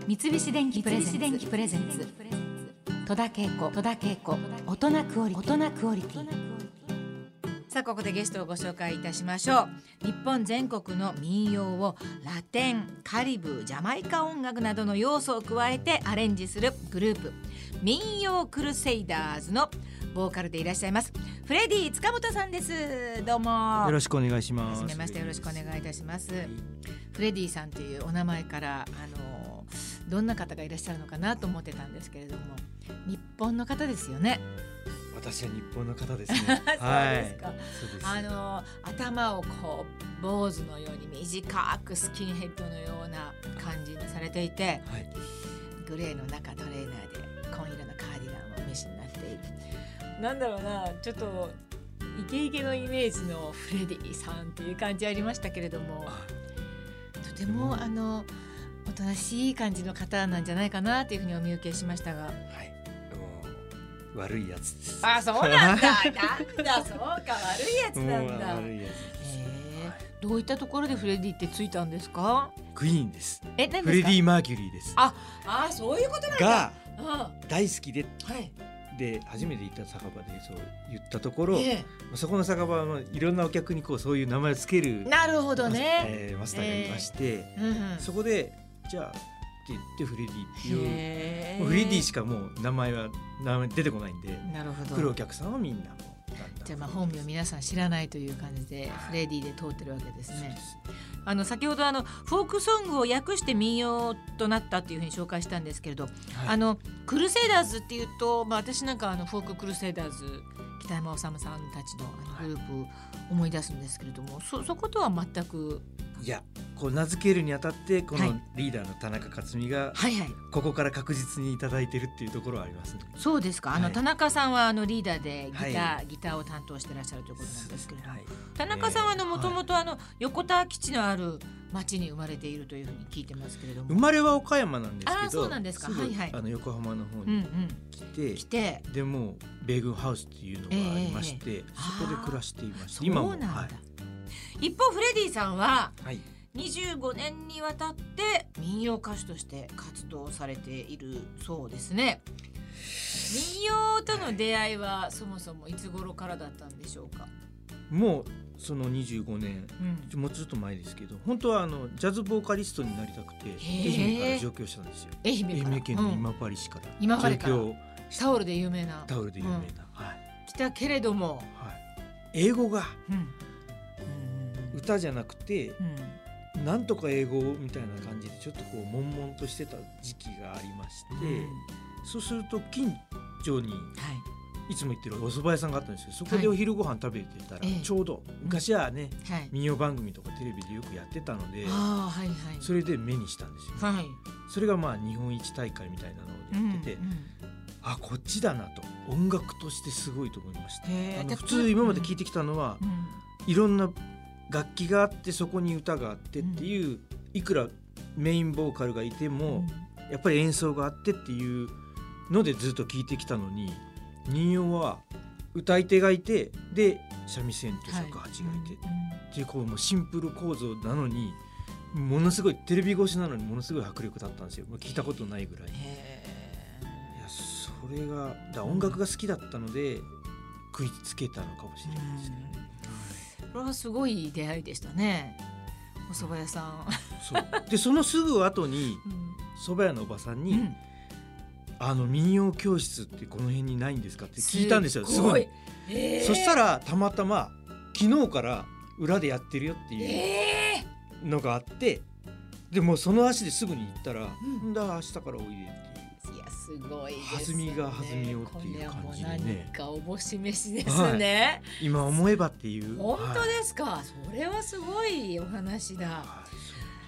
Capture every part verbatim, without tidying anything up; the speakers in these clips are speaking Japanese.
三菱電機プレゼンツ戸田恵子大人クオリティ。さあここでゲストをご紹介いたしましょう。日本全国の民謡をラテン、カリブ、ジャマイカ音楽などの要素を加えてアレンジするグループ民謡クルセイダーズのボーカルでいらっしゃいますフレディ塚本さんです。どうもよろしくお願いします。 はじめましてよろしくお願いいたします。フレディさんというお名前からあのどんな方がいらっしゃるのかなと思ってたんですけれども、日本の方ですよね。 私は日本の方ですね。 そうですか、 はい、そうです。 あの頭をこう坊主のように短くスキンヘッドのような感じにされていて、はい、グレーの中トレーナーで紺色のカーディガンをお召しになっている。なんだろうな、ちょっとイケイケのイメージのフレディさんっていう感じありましたけれども、とてもあのおとなしい感じの方なんじゃないかなというふうにお見受けしましたが、はい、 もう悪いやつです。 あ、そうなんだなんだそうか、悪いやつなんだ。 悪いやつです。 えーはい、どういったところでフレディってついたんですか？ クイーンです。 え、何ですか？ フレディ・マーキュリーです。 ああ、そういうことなんだ。 が、 うん、 大好きで、 はい、 で初めて行った酒場でそう言ったところ、 えー、 そこの酒場のいろんなお客にこうそういう名前をつけるなるほどね、 えー、マスターがいまして、 えーうんうん、 そこでじゃあって言ってフレディっていう、もうフレディしかもう名前は名前出てこないんで、 なるほど、 来るお客さんはみんなもじゃあまあ本名皆さん知らないという感じでフレディで通ってるわけですね。あの先ほどあのフォークソングを訳して民謡となったっていうふうに紹介したんですけれど、はい、あのクルセイダーズっていうと、まあ、私なんかあのフォーククルセイダーズ北山治さんたちのあのグループを思い出すんですけれども、はい、そ, そことは全く。 いや、こう名付けるにあたってこのリーダーの田中克美がここから確実にいただいてるっていうところはありますね。 そうですか。あの田中さんはあのリーダーでギター、はい、ギターを担当してらっしゃるということなんですけれども、はい、田中さんはもともと横田基地のある町に生まれているというふうに聞いてますけれども、 生まれは岡山なんですけど、 あ、そうなんですか、はいはい、 あの横浜の方に来て、うんうん、来てでも米軍ハウスっていうのがありまして、えー、そこで暮らしていまして、今も。そうなんだ、はい、一方フレディさんは、はい、にじゅうごねんにわたって民謡歌手として活動されているそうですね。民謡との出会いはそもそもいつ頃からだったんでしょうか？ もうそのにじゅうごねん、うん、もうちょっと前ですけど、本当はあのジャズボーカリストになりたくて愛媛から上京したんですよ。 愛媛から、 愛媛県の今治市から今治からタオルで有名なタオルで有名な、うん、 はい、来たけれども、はい、 英語が、 うん、 歌じゃなくて、うん、なんとか英語みたいな感じでちょっとこう悶々としてた時期がありまして、うん、そうすると近所に、はい、いつも行ってるお蕎麦屋さんがあったんですけど、そこでお昼ご飯食べてたら、はい、ちょうど昔はね、うん、はい、民謡番組とかテレビでよくやってたので、あ、はいはい、それで目にしたんですよ、はい、それがまあ日本一大会みたいなのをやってて、うんうん、あ、こっちだなと、音楽としてすごいと思いました。あの普通今まで聞いてきたのは、うんうん、いろんな楽器があってそこに歌があってっていう、うん、いくらメインボーカルがいても、うん、やっぱり演奏があってっていうのでずっと聞いてきたのに、民謡は歌い手がいて、で三味線と尺八がいて、はい、っていうこうもうシンプル構造なのに、ものすごいテレビ越しなのにものすごい迫力だったんですよ。聞いたことないぐらい。いや、それがだ音楽が好きだったので食いつけたのかもしれないですけどね。 これはすごい出会いでしたね、お蕎麦屋さん。 そうで、そのすぐ後に、うん、蕎麦屋のおばさんに、うん、あの民謡教室ってこの辺にないんですかって聞いたんですよ。すごい、えー、そしたらたまたま昨日から裏でやってるよっていうのがあって、でもその足ですぐに行ったら、うん、だ明日からおいでっていう、 いやすごいですね。 弾みが弾みようっていう感じでね、 何かおぼし飯ですね、 はい、今思えばっていう。 本当ですか、はい、それはすごいお話だ、はい、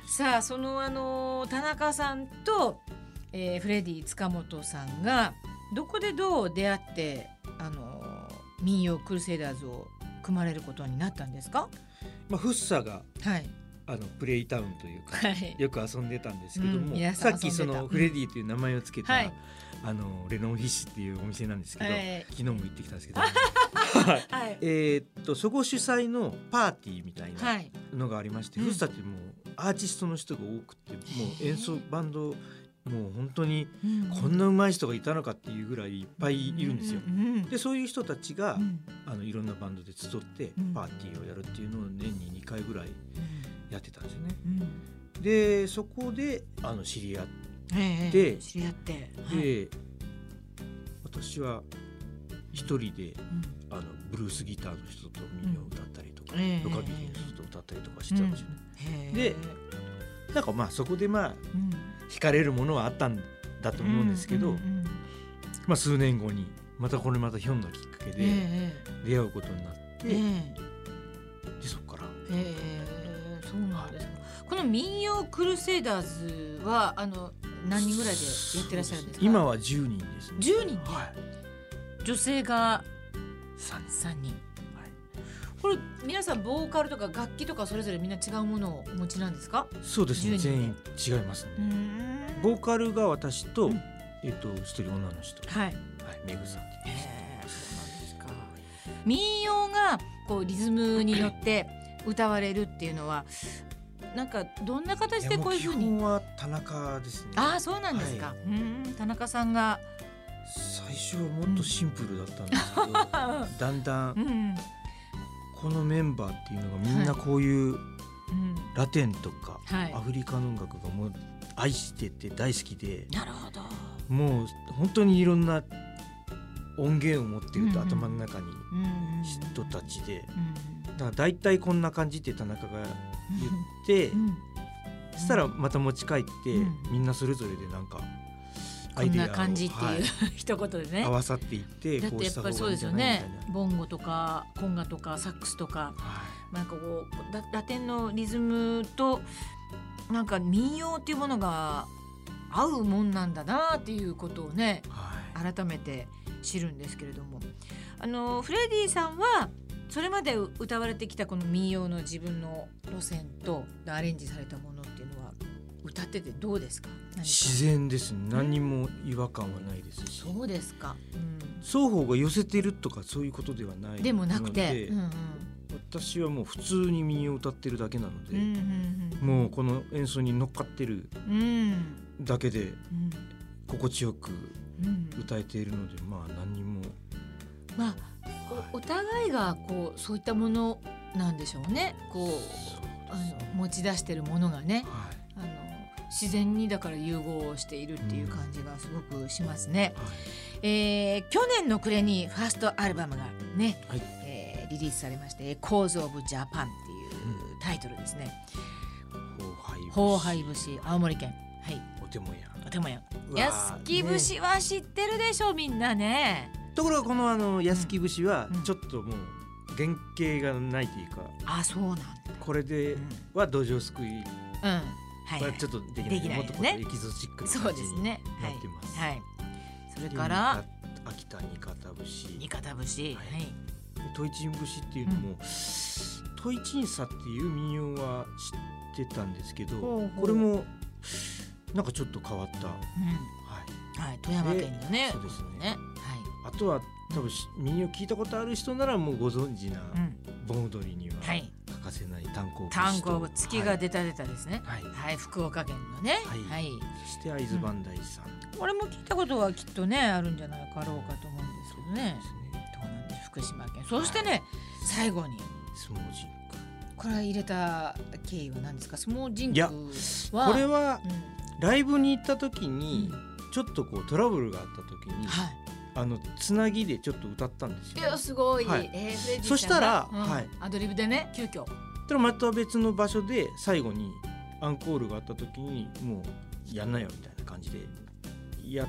さあそのあの田中さんと、えー、フレディ塚本さんがどこでどう出会ってあの民謡クルセイダーズを組まれることになったんですか？ まあ、フッサが、 はい、 あのプレイタウンというか、はい、よく遊んでたんですけども、 うん、 さっきそのフレディという名前をつけた、うん、はい、あのレノンフィッシュっていうお店なんですけど、はい、昨日も行ってきたんですけど、はい、えー、っとそこ主催のパーティーみたいなのがありまして、はい、フッサってもうアーティストの人が多くて、もう演奏バンドもう本当にこんな上手い人がいたのかっていうぐらいいっぱいいるんですよ。でそういう人たちが、うん、あのいろんなバンドで集ってパーティーをやるっていうのを年ににかいぐらいやってたんですよね。うん、でそこであの知り合って、えー、 知り合って、 で、はい、私は一人で、うん、あのブルースギターの人と民謡を歌ったりとか、うん、ロカビリーの人と歌ったりとかしてたんですよね。うん、でなんかまあそこでまあ、うん惹かれるものはあったんだと思うんですけど、うんうんうんまあ、数年後にまたこれまたひょんなきっかけで出会うことになって、えー、でそこから、 えー、そうなんですか。この民謡クルセイダーズはあの何人ぐらいでやってらっしゃるんですか？ 今はじゅうにんですね。 じゅうにんで、 はい、 女性がさんにん、これ皆さんボーカルとか楽器とかそれぞれみんな違うものをお持ちなんですか？ そうですね、全員違いますね。ボーカルが私と、うん、えっと一人女の人、はい、はい、メグさんっていう人。 へー、そうなんですか。民謡がこうリズムに乗って歌われるっていうのはなんかどんな形でこういうふうに？ 基本は田中ですね。 ああ、そうなんですか。はい、うん、田中さんが最初はもっとシンプルだったんですけど、うん、だんだん、うん、このメンバーっていうのがみんなこういう、はい、ラテンとか、はい、アフリカの音楽がもう愛してて大好きで、 なるほど、 もう本当にいろんな音源を持っていると、うんうん、頭の中に人たちで、うんうん、だから大体こんな感じって田中が言って、うんうん、そしたらまた持ち帰って、うん、みんなそれぞれでなんかアイデアをこんな感じっていう、はい、一言でね合わさっていって、 だってやっぱりそうですよね。ボンゴとかコンガとかサックスとか、はい、なんかこうラテンのリズムとなんか民謡っていうものが合うもんなんだなっていうことをね、はい、改めて知るんですけれども、あのフレディさんはそれまで歌われてきたこの民謡の自分の路線とアレンジされたものっていうのは歌っててどうですか？何か自然ですね。何も違和感はないですし、 そうですか、うん、 双方が寄せてるとかそういうことではないでもなくて、うんうん、 私はもう普通に民謡を歌ってるだけなので、うんうんうん、もうこの演奏に乗っかってるだけで心地よく歌えているので、まあ何にも、 まあお互いがこうそういったものなんでしょうね。こうあの持ち出してるものがね、はい、あの自然にだから融合しているっていう感じがすごくしますね。はい、えー、去年の暮れにファーストアルバムがね、はい、えー、リリースされまして「Echoes of Japan」っていうタイトルですね。ホウハイ節、青森県、はい、 お手もやお手もや安来節は知ってるでしょ、みんなね。 ところがこのあの安来節はちょっともう原型がないというか、 うん、あ、そうなんだ。 これでは土壌すくい、うん、 はいはい、 ちょっとできない、できないね、もっとこうエキゾチックな感じになってます。 はいはい、それから秋田二方節、 二方節、はい、 トイチン節っていうのも、うん、トイチンサっていう民謡は知ってたんですけど、ほうほう、これもなんかちょっと変わった、うん、はいはい、富山県のね、 そうですね、 はい、 あとは多分民謡聞いたことある人ならもうご存知な、うん、盆踊りには欠かせない炭鉱節と、 炭鉱月が出た出たですね、はいはい、福岡県のね、 はいはい、そして会津磐梯さん、 うん、これも聞いたことはきっとねあるんじゃないかろうかと思うんですけどね。そうなんです、福島県。そしてね、はい、最後にスモージンク、 これ入れた経緯は何ですか？スモージンクは、 いやこれは、うん、ライブに行った時に、うん、ちょっとこうトラブルがあった時に、はい、あのつなぎでちょっと歌ったんですよ。 いやすごい、はい、えー、フレディさんがそしたら、 うん、はい、アドリブでね、急遽また別の場所で最後にアンコールがあった時にもうやんなよみたいな感じでやって、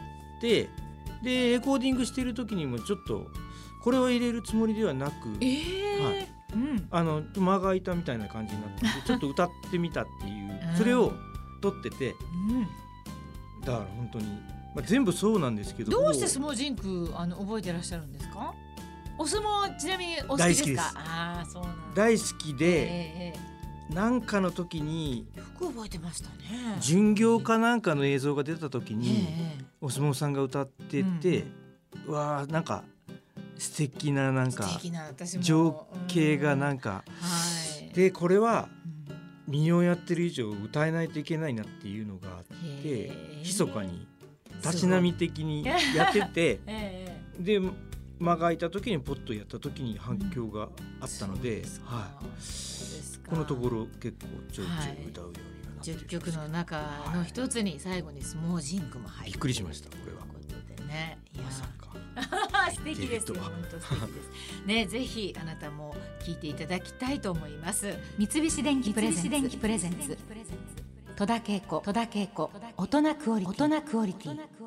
でレコーディングしてる時にもちょっとこれを入れるつもりではなく、 えーはい、うん、 あの間が空いたみたいな感じになってちょっと歌ってみたっていうそれを撮ってて、うん、だから本当に、まあ、全部そうなんですけど、 どうしてスモージンクあの覚えてらっしゃるんですか？お相撲ちなみにお好きですか？大好きです。あー、そうなんだ。 大好きで、えー、なんかの時によく覚えてましたね。 巡業かなんかの映像が出た時に、えー、お相撲さんが歌ってて、うん、わーなんか素敵ななんか情景がなんか、うん、はい、でこれは民謡やってる以上歌えないといけないなっていうのがあって密かにたしなみ的にやっててで間が空いた時にポッとやった時に反響があったので、うんはい、このところ結構ちょいちょい歌うようになってる、はい、 じゅっきょくの中の一つに最後にスモージンクも入って、 びっくりしましたこれは。 ということでね、いやまさか素敵ですよ、本当素敵ですね。ぜひあなたも聞いていただきたいと思います。三菱電機プレゼンツ戸田恵子大人クオリティ